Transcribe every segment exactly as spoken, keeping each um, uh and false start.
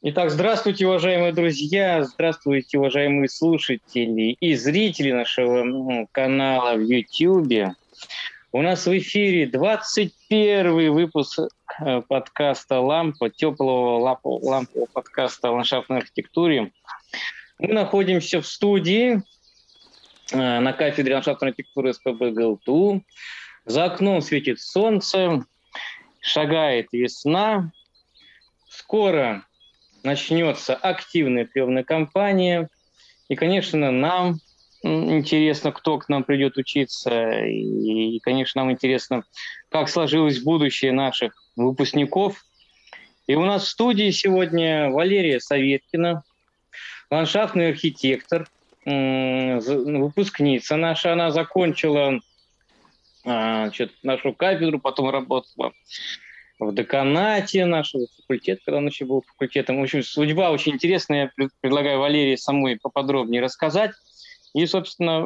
Итак, здравствуйте, уважаемые друзья, здравствуйте, уважаемые слушатели и зрители нашего канала в YouTube. У нас в эфире двадцать первый выпуск подкаста «Лампа», теплого лампового подкаста о ландшафтной архитектуре. Мы находимся в студии на кафедре ландшафтной архитектуры СПб ГЛТУ. За окном светит солнце, шагает весна. Скоро начнется активная приемная кампания. И, конечно, нам интересно, кто к нам придет учиться. И, конечно, нам интересно, как сложилось будущее наших выпускников. И у нас в студии сегодня Валерия Советкина, ландшафтный архитектор, выпускница наша. Она закончила значит, нашу кафедру, потом работала в деканате нашего факультета, когда он еще был факультетом. В общем, судьба очень интересная. Я предлагаю Валерии самой поподробнее рассказать. И, собственно,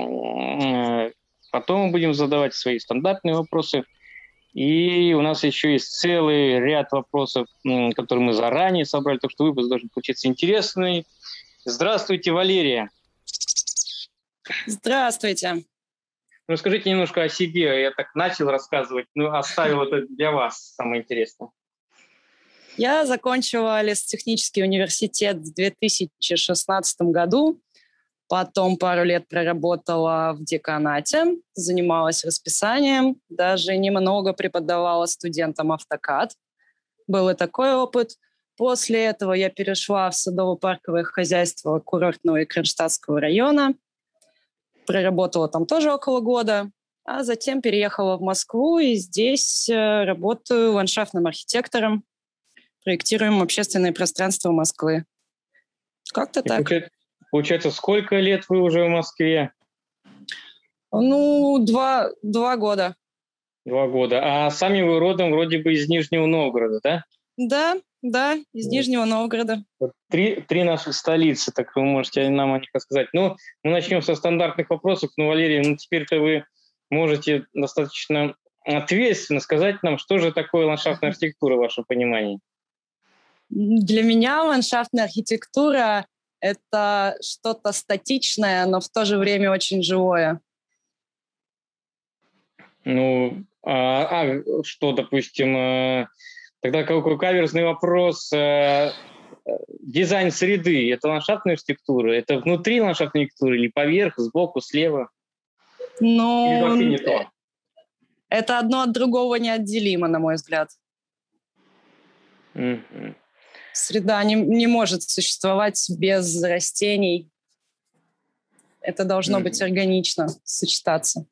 потом мы будем задавать свои стандартные вопросы. И у нас еще есть целый ряд вопросов, которые мы заранее собрали, так что выпуск должен получиться интересный. Здравствуйте, Валерия. Здравствуйте. Расскажите немножко о себе. Я так начал рассказывать, но оставил это для вас, самое интересное. Я закончила лесотехнический университет в две тысячи шестнадцатом году. Потом пару лет проработала в деканате, занималась расписанием, даже немного преподавала студентам автокад. Был и такой опыт. После этого я перешла в садово-парковое хозяйство курортного и Кронштадтского района. Проработала там тоже около года, а затем переехала в Москву и здесь работаю ландшафтным архитектором. Проектируем общественное пространство Москвы. Как-то и так. Получается, сколько лет вы уже в Москве? Ну, два, два года. Два года. А сами вы родом вроде бы из Нижнего Новгорода, да? Да, да, из Нижнего Новгорода. Три, три наших столицы, так вы можете нам о них рассказать. Ну, мы начнем со стандартных вопросов. Ну, Валерий, ну теперь-то вы можете достаточно ответственно сказать нам, что же такое ландшафтная архитектура в вашем понимании? Для меня ландшафтная архитектура – это что-то статичное, но в то же время очень живое. Ну, а, а что, допустим, тогда какой каверзный вопрос. Дизайн среды – это ландшафтная архитектура? Это внутри ландшафтной архитектуры или поверх, сбоку, слева? Ну, или вообще не то? Это одно от другого неотделимо, на мой взгляд. Mm-hmm. Среда не, не может существовать без растений. Это должно mm-hmm. быть органично сочетаться.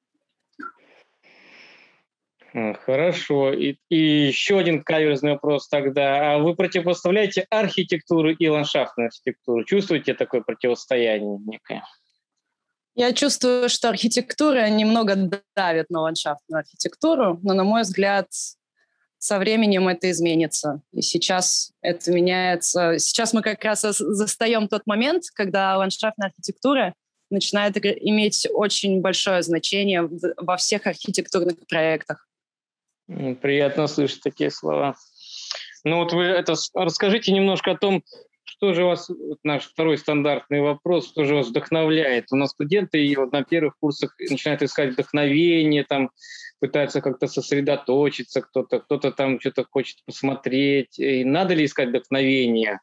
Хорошо. И, и еще один каверзный вопрос тогда. А вы противопоставляете архитектуру и ландшафтную архитектуру? Чувствуете такое противостояние некое? Я чувствую, что архитектура немного давит на ландшафтную архитектуру, но, на мой взгляд, со временем это изменится. И сейчас это меняется. Сейчас мы как раз застаем тот момент, когда ландшафтная архитектура начинает иметь очень большое значение во всех архитектурных проектах. Приятно слышать такие слова. Ну вот вы это расскажите немножко о том, что же вас, вот наш второй стандартный вопрос, что же вас вдохновляет? У нас студенты и вот на первых курсах начинают искать вдохновение, там пытаются как-то сосредоточиться, кто-то, кто-то там что-то хочет посмотреть. И надо ли искать вдохновение?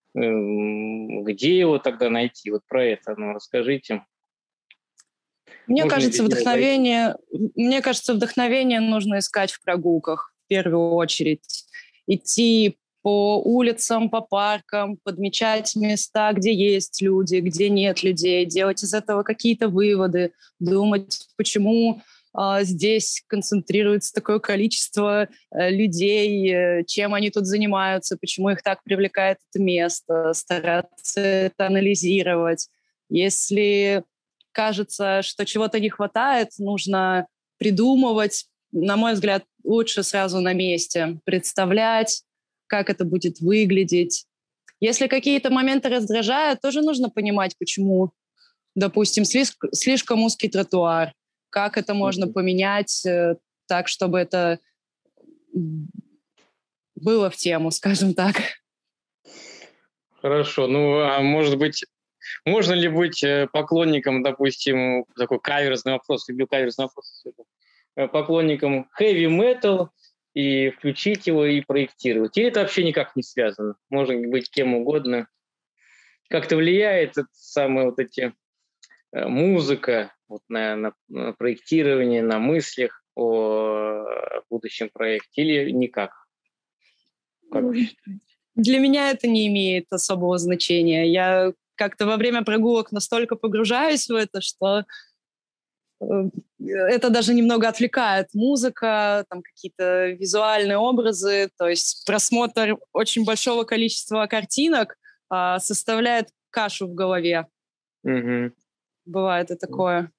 Где его тогда найти? Вот про это ну, расскажите. Мне Можно кажется, вдохновение, мне кажется, вдохновение нужно искать в прогулках в первую очередь. Идти по улицам, по паркам, подмечать места, где есть люди, где нет людей, делать из этого какие-то выводы, думать, почему э, здесь концентрируется такое количество э, людей, э, чем они тут занимаются, почему их так привлекает это место, стараться это анализировать. Если кажется, что чего-то не хватает, нужно придумывать, на мой взгляд, лучше сразу на месте, представлять, как это будет выглядеть. Если какие-то моменты раздражают, тоже нужно понимать, почему. Допустим, слишком узкий тротуар, как это можно mm-hmm. поменять так, чтобы это было в тему, скажем так. Хорошо. Ну, а может быть, можно ли быть э, поклонником, допустим, такой каверзный вопрос, люблю каверзный вопрос, э, поклонником heavy metal и включить его и проектировать? Или это вообще никак не связано? Можно быть кем угодно. Как-то влияет это самое вот эти э, музыка вот на, на, на проектирование, на мыслях о э, будущем проекте или никак? Как вы считаете? Для меня это не имеет особого значения. Я как-то во время прогулок настолько погружаюсь в это, что э, это даже немного отвлекает. Музыка, там какие-то визуальные образы, то есть просмотр очень большого количества картинок а, составляет кашу в голове. Угу. Бывает и такое.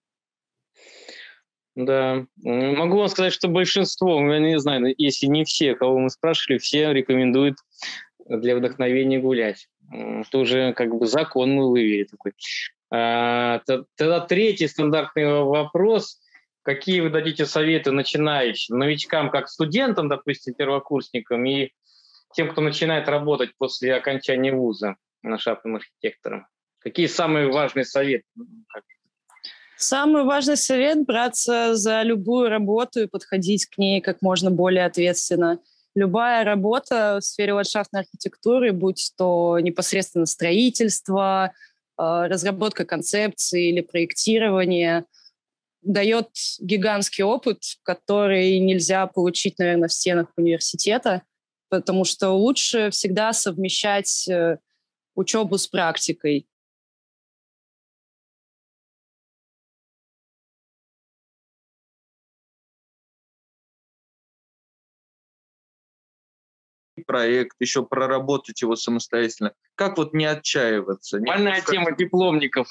Да, могу вам сказать, что большинство, я не знаю, если не все, кого мы спрашивали, все рекомендуют для вдохновения гулять. Это уже как бы закон мы вывели такой. А, тогда третий стандартный вопрос. Какие вы дадите советы начинающим, новичкам, как студентам, допустим, первокурсникам, и тем, кто начинает работать после окончания вуза ландшафтным архитектором? Какие самые важные советы? Самый важный совет – браться за любую работу и подходить к ней как можно более ответственно. Любая работа в сфере ландшафтной архитектуры, будь то непосредственно строительство, разработка концепции или проектирование, дает гигантский опыт, который нельзя получить, наверное, в стенах университета, потому что лучше всегда совмещать учебу с практикой. Проект, еще проработать его самостоятельно. Как вот не отчаиваться? Нормальная тема дипломников.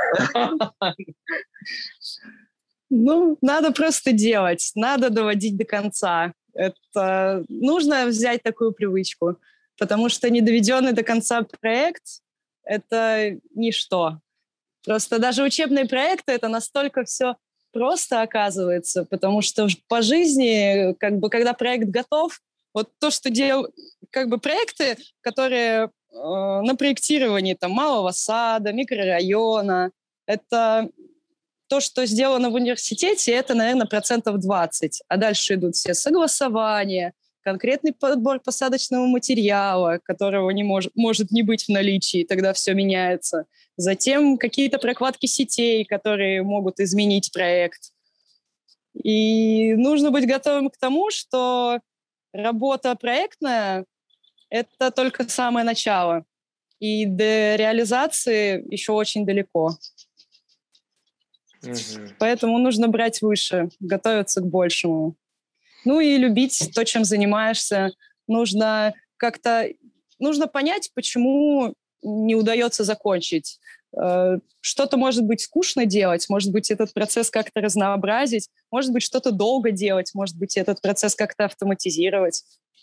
Ну, надо просто делать, надо доводить до конца. Это нужно взять такую привычку, потому что недоведенный до конца проект – это ничто. Просто даже учебные проекты – это настолько все просто оказывается, потому что по жизни, как бы, когда проект готов, вот то, что делал, как бы проекты, которые э, на проектировании там, малого сада, микрорайона, это то, что сделано в университете, это, наверное, процентов двадцать. А дальше идут все согласования, конкретный подбор посадочного материала, которого не мож, может не быть в наличии, тогда все меняется. Затем какие-то прокладки сетей, которые могут изменить проект. И нужно быть готовым к тому, что работа проектная – это только самое начало. И до реализации еще очень далеко. Угу. Поэтому нужно брать выше, готовиться к большему. Ну и любить то, чем занимаешься. Нужно как-то нужно понять, почему не удается закончить. Что-то может быть скучно делать, может быть, этот процесс как-то разнообразить, может быть, что-то долго делать, может быть, этот процесс как-то автоматизировать.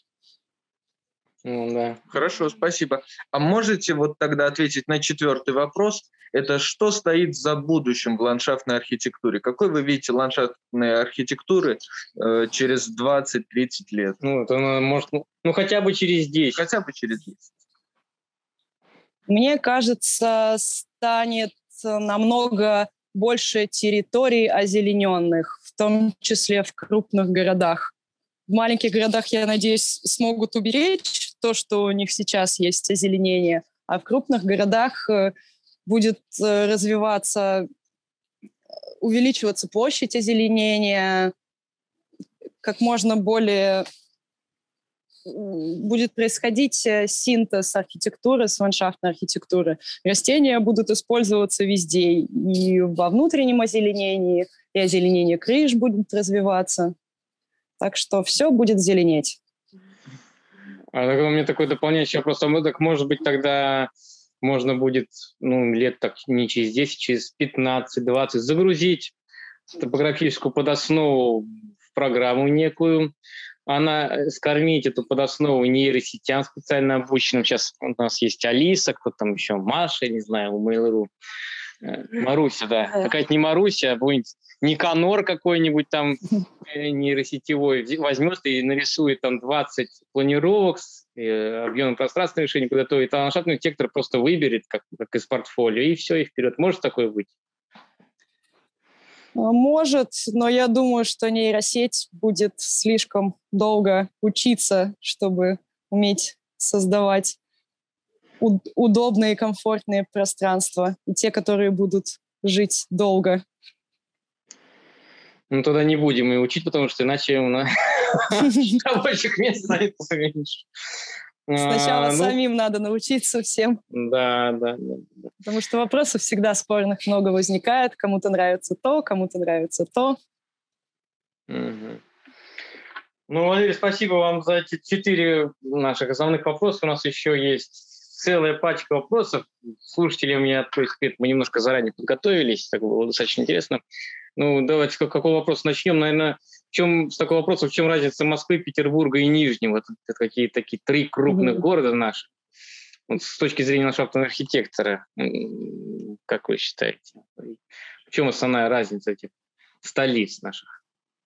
Ну, да. Хорошо, спасибо. А можете вот тогда ответить на четвертый вопрос? Это что стоит за будущим в ландшафтной архитектуре? Какой вы видите ландшафтные архитектуры э, через двадцать-тридцать лет? Ну, это может, ну, хотя бы через десять. Хотя бы через десять. Мне кажется, станет намного больше территорий озелененных, в том числе в крупных городах. В маленьких городах, я надеюсь, смогут уберечь то, что у них сейчас есть озеленение, а в крупных городах будет развиваться, увеличиваться площадь озеленения, как можно более будет происходить синтез архитектуры с ландшафтной архитектурой. Растения будут использоваться везде, и во внутреннем озеленении, и озеленение крыш будет развиваться. Так что все будет зеленеть. А у меня такой дополняющий вопрос. А так, может быть, тогда можно будет, ну, лет так не через десять, через пятнадцать-двадцать загрузить топографическую подоснову в программу некую, она скормить эту подоснову нейросетям специально обученным. Сейчас у нас есть Алиса, кто там еще, Маша, не знаю, у Mail.ru. Маруся, да. Какая-то не Маруся, а какой-нибудь Никанор какой-нибудь там нейросетевой возьмет и нарисует там двадцать планировок с э, объемом пространственного решения, подготовит, а ландшафтный архитектор просто выберет, как, как из портфолио, и все, и вперед. Может такое быть? Может, но я думаю, что нейросеть будет слишком долго учиться, чтобы уметь создавать уд- удобные и комфортные пространства, и те, которые будут жить долго. Ну, тогда не будем и учить, потому что иначе у нас рабочих мест становится меньше. Сначала А, ну, самим надо научиться всем. Да, да, да. Потому что вопросов всегда спорных много возникает. Кому-то нравится то, кому-то нравится то. Угу. Ну, Валерий, спасибо вам за эти четыре наших основных вопроса. У нас еще есть целая пачка вопросов. Слушатели у меня, то есть, мы немножко заранее подготовились, так было достаточно интересно. Ну, давайте с какого вопроса начнем. Наверное, в чем, с такого вопроса, в чем разница Москвы, Петербурга и Нижнего? Это, это какие такие три крупных mm-hmm. города наших. Вот с точки зрения ландшафтного архитектора, как вы считаете? В чем основная разница этих столиц наших?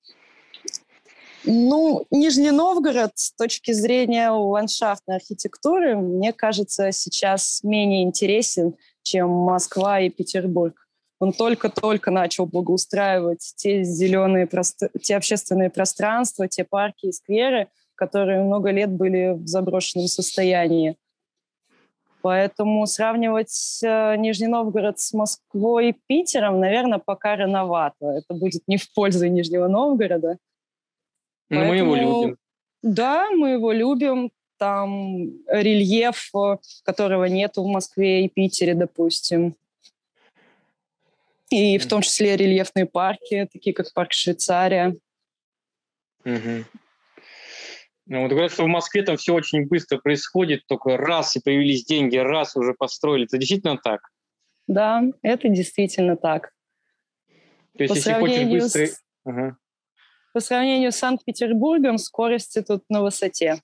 Ну, Нижний Новгород с точки зрения ландшафтной архитектуры, мне кажется, сейчас менее интересен, чем Москва и Петербург. Он только-только начал благоустраивать те зеленые, простр... те общественные пространства, те парки и скверы, которые много лет были в заброшенном состоянии. Поэтому сравнивать э, Нижний Новгород с Москвой и Питером, наверное, пока рановато. Это будет не в пользу Нижнего Новгорода. Но Поэтому, мы его любим. Да, мы его любим. Там рельеф, которого нет в Москве и Питере, допустим. И в том числе рельефные парки, такие как парк Швейцария. Угу. Ну, вот говорят, что в Москве там все очень быстро происходит, только раз и появились деньги, раз уже построили. Это действительно так? Да, это действительно так. То есть, по если хочешь быстро... С... Ага. По сравнению с Санкт-Петербургом, скорости тут на высоте.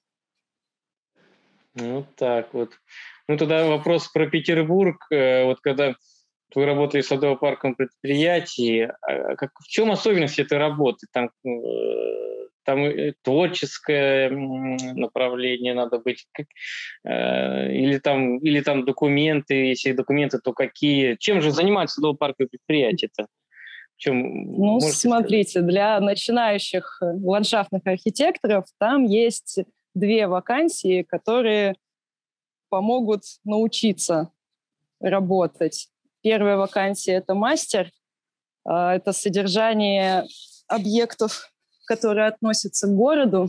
Вот так вот. Ну, тогда вопрос про Петербург. Вот когда вы работали в садово-парковом предприятии, как, в чем особенность этой работы? Там, там творческое направление надо быть? Как, или, там, или там документы? Если документы, то какие? Чем же занимается садово-парковое предприятие-то? Чем, ну, смотрите, сказать? Для начинающих ландшафтных архитекторов там есть две вакансии, которые помогут научиться работать. Первая вакансия – это мастер. Это содержание объектов, которые относятся к городу.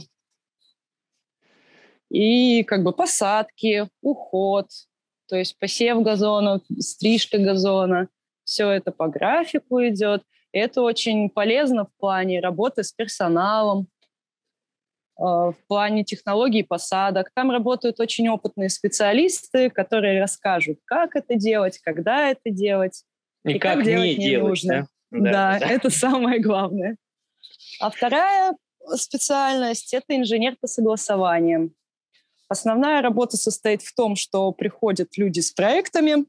И как бы посадки, уход, то есть посев газона, стрижка газона. Все это по графику идет. И это очень полезно в плане работы с персоналом, в плане технологий посадок. Там работают очень опытные специалисты, которые расскажут, как это делать, когда это делать и, и как, как делать не, не делать, нужно. Да, да, да, это самое главное. А вторая специальность – это инженер по согласованиям. Основная работа состоит в том, что приходят люди с проектами,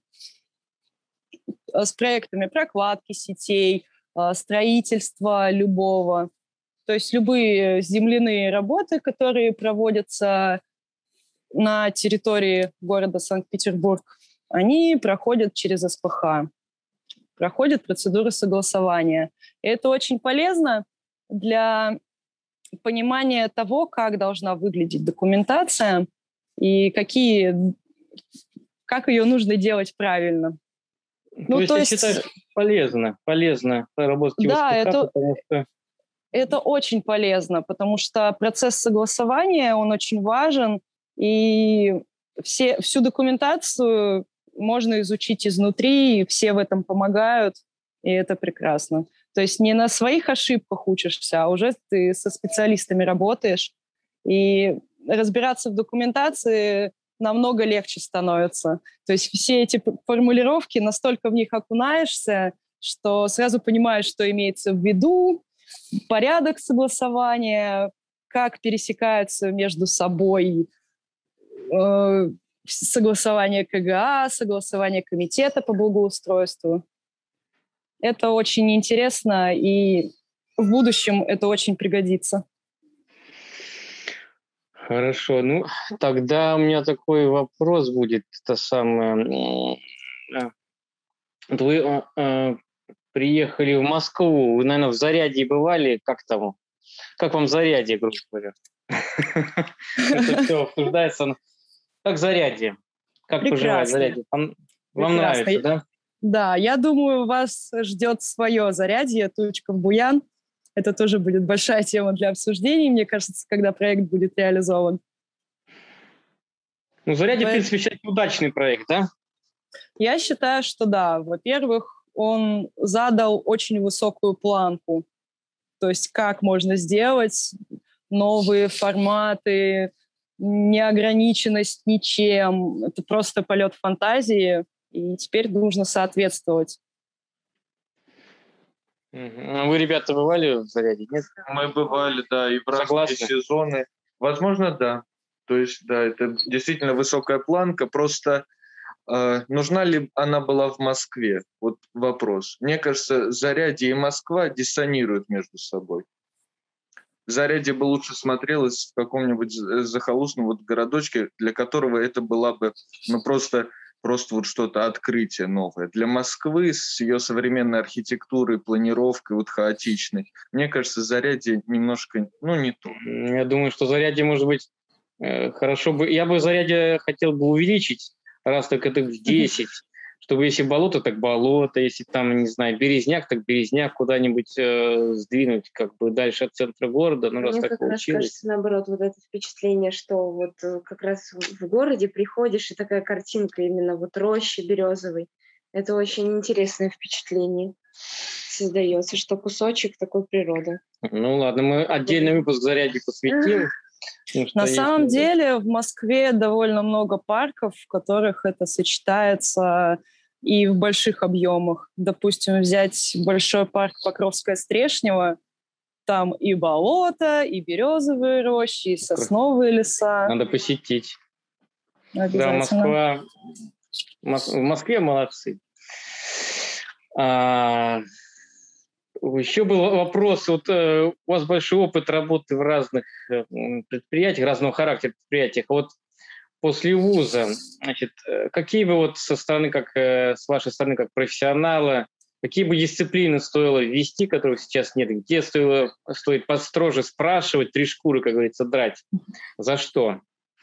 с проектами прокладки сетей, строительства любого. То есть любые земляные работы, которые проводятся на территории города Санкт-Петербург, они проходят через эс пэ ха, проходят процедуру согласования. И это очень полезно для понимания того, как должна выглядеть документация и какие, как ее нужно делать правильно. То ну, есть, то есть я считаю, полезно, полезно работать в да, эс пэ ха, это... потому что... Это очень полезно, потому что процесс согласования, он очень важен, и все, всю документацию можно изучить изнутри, и все в этом помогают, и это прекрасно. То есть не на своих ошибках учишься, а уже ты со специалистами работаешь, и разбираться в документации намного легче становится. То есть все эти формулировки, настолько в них окунаешься, что сразу понимаешь, что имеется в виду, порядок согласования, как пересекаются между собой э, согласование ка гэ а, согласование комитета по благоустройству. Это очень интересно, и в будущем это очень пригодится. Хорошо. Ну, тогда у меня такой вопрос будет. Это самое... Вот вы э, э, приехали в Москву, вы, наверное, в Зарядье бывали. Как там? Как вам Зарядье, грубо говоря? Это все обсуждается. Как Зарядье? Как поживает Зарядье? Вам нравится, да? Да, я думаю, вас ждет свое Зарядье, Тучков-Буян. Это тоже будет большая тема для обсуждений, мне кажется, когда проект будет реализован. Ну, Зарядье, в принципе, сейчас удачный проект, да? Я считаю, что да. Во-первых, он задал очень высокую планку. То есть как можно сделать новые форматы, неограниченность ничем. Это просто полет фантазии, и теперь нужно соответствовать. Uh-huh. Вы, ребята, бывали в Зарядье, нет? Мы бывали, да, и в разные сезоны. Возможно, да. То есть, да, это действительно высокая планка, просто э, нужна ли она была в Москве? Вот вопрос. Мне кажется, Зарядье и Москва диссонируют между собой. Зарядье бы лучше смотрелось в каком-нибудь захолустном вот городочке, для которого это была бы, ну, просто, просто вот что-то открытие новое. Для Москвы с ее современной архитектурой, планировкой, вот хаотичной, мне кажется, Зарядье немножко, ну, не то. Я думаю, что Зарядье, может быть, хорошо бы... Я бы Зарядье хотел бы увеличить раз так это в десять, чтобы если болото, так болото, если там, не знаю, березняк, так березняк куда-нибудь э, сдвинуть как бы дальше от центра города. Ну, раз Мне так как получилось. раз кажется, наоборот, вот это впечатление, что вот как раз в городе приходишь, и такая картинка именно вот рощи березовой. Это очень интересное впечатление создается, что кусочек такой природы. Ну ладно, мы отдельный выпуск Зарядье посвятим. На самом деле в Москве довольно много парков, в которых это сочетается и в больших объемах. Допустим, взять большой парк Покровское-Стрешнево, там и болото, и березовые рощи, и сосновые леса. Надо посетить. Да, Москва... В Москве молодцы. А... Еще был вопрос, вот э, у вас большой опыт работы в разных э, предприятиях, разного характера предприятиях. Вот после вуза, значит, какие бы вот со стороны, как э, с вашей стороны, как профессионала, какие бы дисциплины стоило ввести, которых сейчас нет, где стоило, стоит построже спрашивать, три шкуры, как говорится, драть, за что?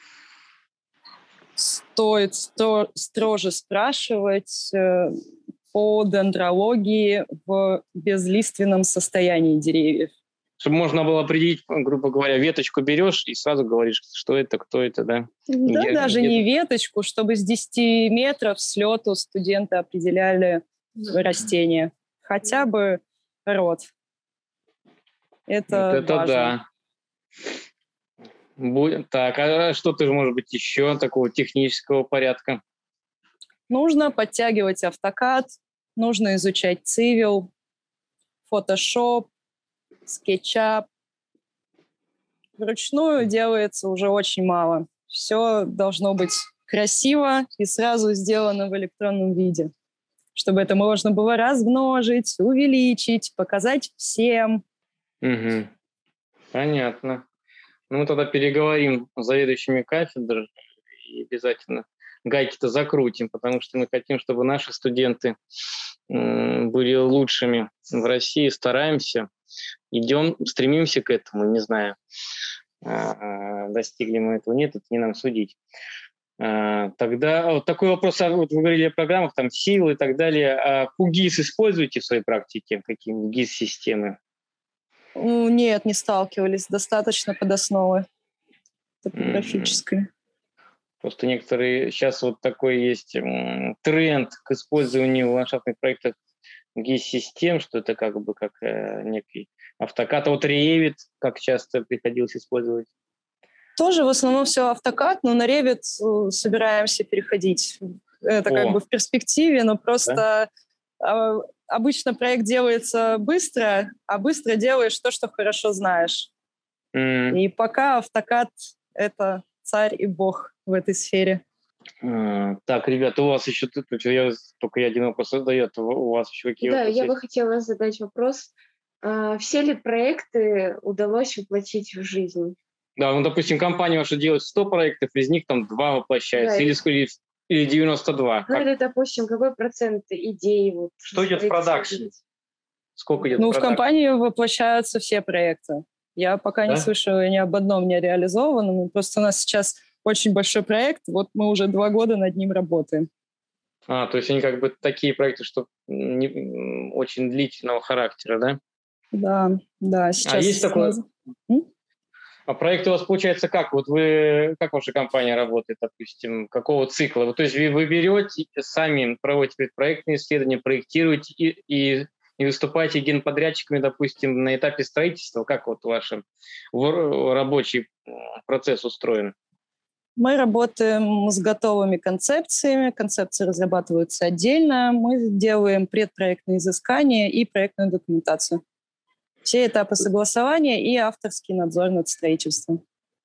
Стоит сто, строже спрашивать э, по дендрологии в безлиственном состоянии деревьев. Чтобы можно было определить, грубо говоря, веточку берешь и сразу говоришь, что это, кто это, да? Да, где, даже где-то... не веточку, чтобы с десяти метров с лету студенты определяли растения. Хотя бы род. Это, вот это важно. Да. Будет, так, а что ты, может быть, еще такого технического порядка? Нужно подтягивать автокад, нужно изучать Civil, Photoshop, SketchUp. Вручную делается уже очень мало. Все должно быть красиво и сразу сделано в электронном виде, чтобы это можно было размножить, увеличить, показать всем. Угу. Понятно. Ну, мы тогда переговорим с заведующими кафедр и обязательно гайки-то закрутим, потому что мы хотим, чтобы наши студенты были лучшими в России, стараемся, идем, стремимся к этому, не знаю, достигли мы этого, нет, это не нам судить. Тогда вот такой вопрос, вот вы говорили о программах, там, силы и так далее, а кугис используете в своей практике, какие-нибудь гис-системы? Нет, не сталкивались, достаточно подосновы топографической. Mm-hmm. Просто некоторые, сейчас вот такой есть тренд к использованию в ландшафтных проектах гис-систем, что это как бы как э, некий автокад. А вот Revit как часто приходилось использовать? Тоже в основном все автокад, но на Revit собираемся переходить. Это О. как бы в перспективе, но просто да? э, обычно проект делается быстро, а быстро делаешь то, что хорошо знаешь. Mm. И пока автокад — это царь и бог в этой сфере. А, так, ребята, у вас еще тут, я, только я один вопрос задаю, у вас еще какие Да, вопросы я бы есть? хотела задать вопрос. А, все ли проекты удалось воплотить в жизнь? Да, ну, допустим, компания ваша делает сто проектов, из них там два Да, воплощаются, или, или, или девяносто два. ну Как? или, допустим, какой процент идей вот Что идет в продакшн? Сколько идет Ну, в в продакшн? компании воплощаются все проекты. Я пока не Да? слышу ни об одном не реализованном. Просто у нас сейчас очень большой проект, вот мы уже два года над ним работаем. А, то есть они как бы такие проекты, что не, очень длительного характера, да? Да, да, сейчас... А есть такой... М? А проект у вас получается как? Вот вы, как ваша компания работает, допустим, какого цикла? Вот, то есть вы, вы берете, сами проводите предпроектные исследования, проектируете и, и, и выступаете генподрядчиками, допустим, на этапе строительства? Как вот ваш рабочий процесс устроен? Мы работаем с готовыми концепциями. Концепции разрабатываются отдельно. Мы делаем предпроектные изыскания и проектную документацию. Все этапы согласования и авторский надзор над строительством.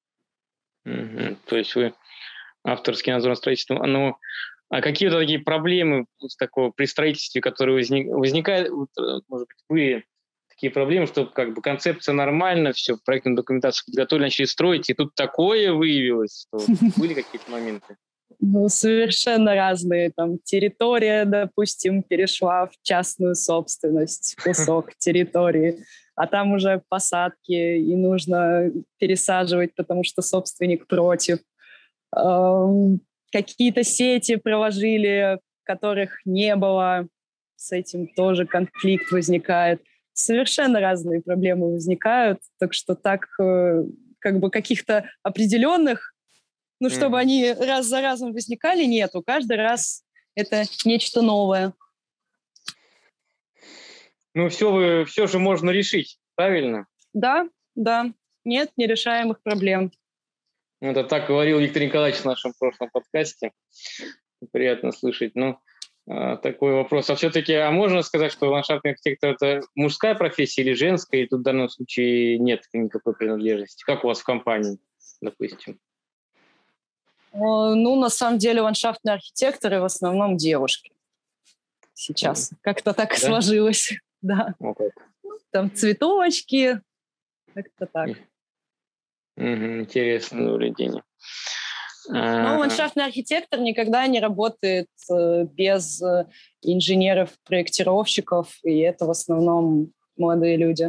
Угу. То есть вы авторский надзор над строительством. Ну, а какие вот такие проблемы с такого, при строительстве, которые возник, возникают, может быть, вы такие проблемы, что как бы концепция нормально, все, проектную документацию подготовили, начали строить, и тут такое выявилось, что были какие-то моменты? Ну, совершенно разные. Там территория, допустим, перешла в частную собственность, кусок территории, а там уже посадки, и нужно пересаживать, потому что собственник против. Какие-то сети проложили, которых не было, с этим тоже конфликт возникает. Совершенно разные проблемы возникают, так что так как бы каких-то определенных, ну, чтобы mm-hmm. они раз за разом возникали, нету. Каждый раз это нечто новое. Ну, все, вы, все же можно решить, правильно? Да, да. Нет нерешаемых проблем. Это так говорил Виктор Николаевич в нашем прошлом подкасте. Приятно слышать. Ну, такой вопрос. А все-таки, а можно сказать, что ландшафтный архитектор – это мужская профессия или женская, и тут в данном случае нет никакой принадлежности? Как у вас в компании, допустим? Ну, на самом деле, ландшафтные архитекторы в основном девушки сейчас. Mm. Как-то так да? сложилось. Да. Okay. Там цветочки, как-то так. Mm-hmm. Интересное наблюдение. Но ландшафтный архитектор никогда не работает без инженеров-проектировщиков, и это в основном молодые люди.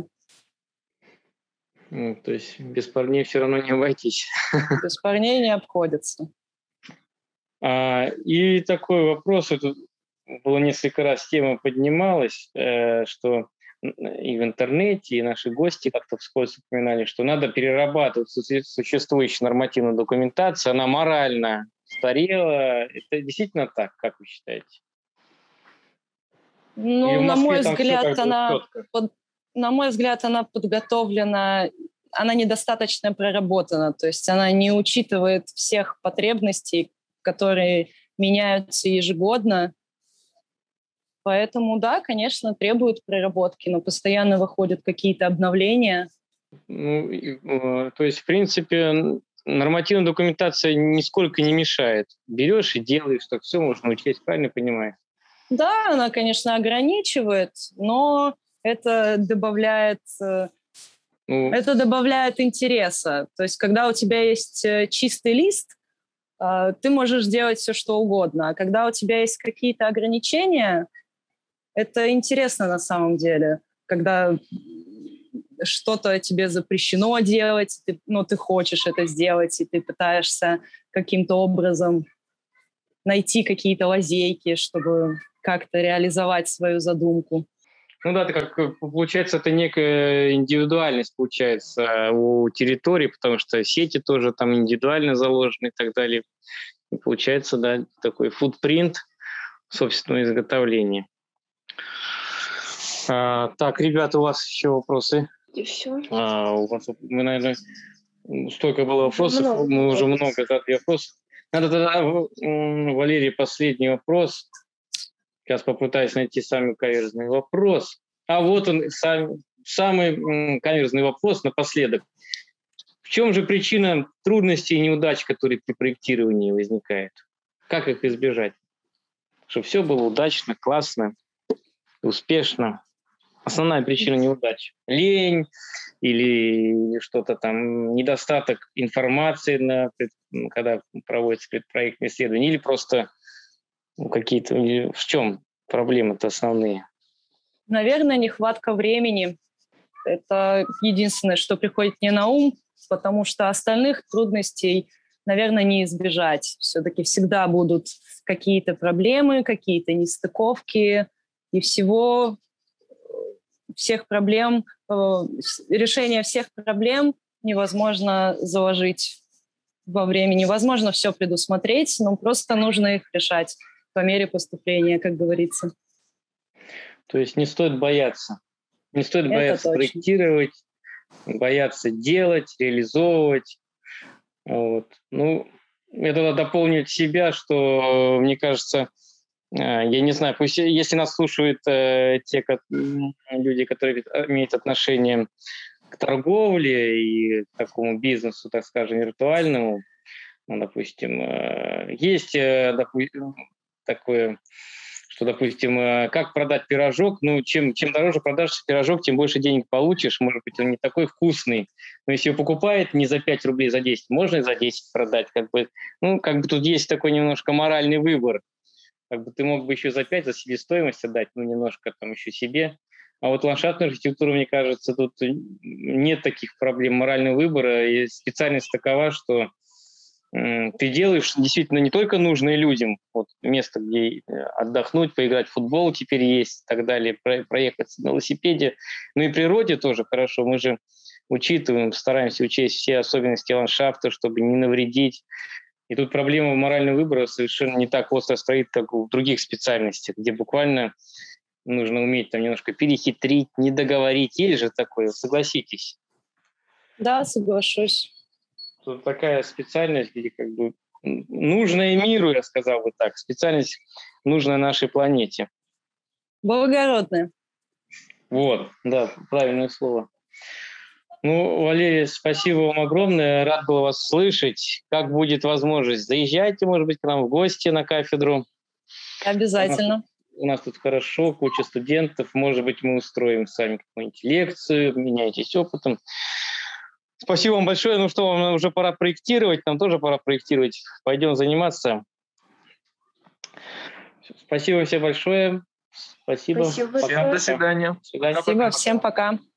Ну, то есть без парней все равно не обойтись. Без парней не обходится. А, и такой вопрос, это было несколько раз тема поднималась, э, что и в интернете, и наши гости как-то вскользь упоминали, что надо перерабатывать существующую нормативную документацию, она морально устарела. Это действительно так, как вы считаете? Ну, на мой взгляд, она под, на мой взгляд, она подготовлена, она недостаточно проработана, то есть она не учитывает всех потребностей, которые меняются ежегодно. Поэтому, да, конечно, требует проработки, но постоянно выходят какие-то обновления. Ну, то есть, в принципе, нормативная документация нисколько не мешает. Берешь и делаешь, так все можно учесть, правильно понимаю? Да, она, конечно, ограничивает, но это добавляет, ну, это добавляет интереса. То есть, когда у тебя есть чистый лист, ты можешь делать все, что угодно. А когда у тебя есть какие-то ограничения, это интересно на самом деле, когда что-то тебе запрещено делать, ты, ну, ты хочешь это сделать, и ты пытаешься каким-то образом найти какие-то лазейки, чтобы как-то реализовать свою задумку. Ну да, это как, получается, это некая индивидуальность получается у территории, потому что сети тоже там индивидуально заложены и так далее. И получается, да, такой футпринт собственного изготовления. А, так, ребята, у вас еще вопросы? И все. А, у вас, мы, наверное, столько было вопросов, много мы вопрос. уже много задали вопросов. Надо тогда, Валерий, последний вопрос. Сейчас попытаюсь найти самый каверзный вопрос. А вот он, сам, самый каверзный вопрос напоследок. В чем же причина трудностей и неудач, которые при проектировании возникают? Как их избежать? Чтобы все было удачно, классно, успешно. Основная причина неудач. Лень или что-то там, недостаток информации, на, когда проводится предпроектное исследование, или просто ну, какие-то... В чем проблемы-то основные? Наверное, нехватка времени. Это единственное, что приходит мне на ум, потому что остальных трудностей, наверное, не избежать. Все-таки всегда будут какие-то проблемы, какие-то нестыковки, и всего, всех проблем, решение всех проблем невозможно заложить во время, невозможно все предусмотреть, но просто нужно их решать по мере поступления, как говорится. То есть не стоит бояться. Не стоит Это бояться точно. проектировать, бояться делать, реализовывать. Вот. Ну, я тогда дополню от себя, что, мне кажется, я не знаю, пусть, если нас слушают э, те как, люди, которые имеют отношение к торговле и к такому бизнесу, так скажем, виртуальному, ну, допустим, э, есть э, допустим, такое... что, допустим, как продать пирожок, ну, чем, чем дороже продашь пирожок, тем больше денег получишь, может быть, он не такой вкусный, но если его покупает не за пять рублей, за десять, можно и за десять продать, как бы, ну, как бы тут есть такой немножко моральный выбор, как бы ты мог бы еще за пять за себестоимость отдать, ну, немножко там еще себе, а вот ландшафтная архитектура, мне кажется, тут нет таких проблем морального выбора, и специальность такова, что ты делаешь действительно не только нужное людям, вот место, где отдохнуть, поиграть в футбол теперь есть и так далее, проехаться на велосипеде, но и природе тоже хорошо. Мы же учитываем, стараемся учесть все особенности ландшафта, чтобы не навредить. И тут проблема морального выбора совершенно не так остро стоит, как в других специальностях, где буквально нужно уметь там немножко перехитрить, не договорить. Есть же такое, согласитесь? Да, соглашусь. Тут такая специальность, где как бы нужная миру, я сказал бы так, специальность нужная нашей планете. Благородная. Вот, да, правильное слово. Ну, Валерия, спасибо вам огромное, рад был вас слышать. Как будет возможность, заезжайте, может быть, к нам в гости на кафедру. Обязательно. У нас, у нас тут хорошо, куча студентов, может быть, мы устроим с вами какую-нибудь лекцию, меняйтесь опытом. Спасибо вам большое. Ну что, вам уже пора проектировать, нам тоже пора проектировать. Пойдем заниматься. Спасибо всем большое. Спасибо. Спасибо. Всем до свидания. До свидания. Спасибо, всем пока.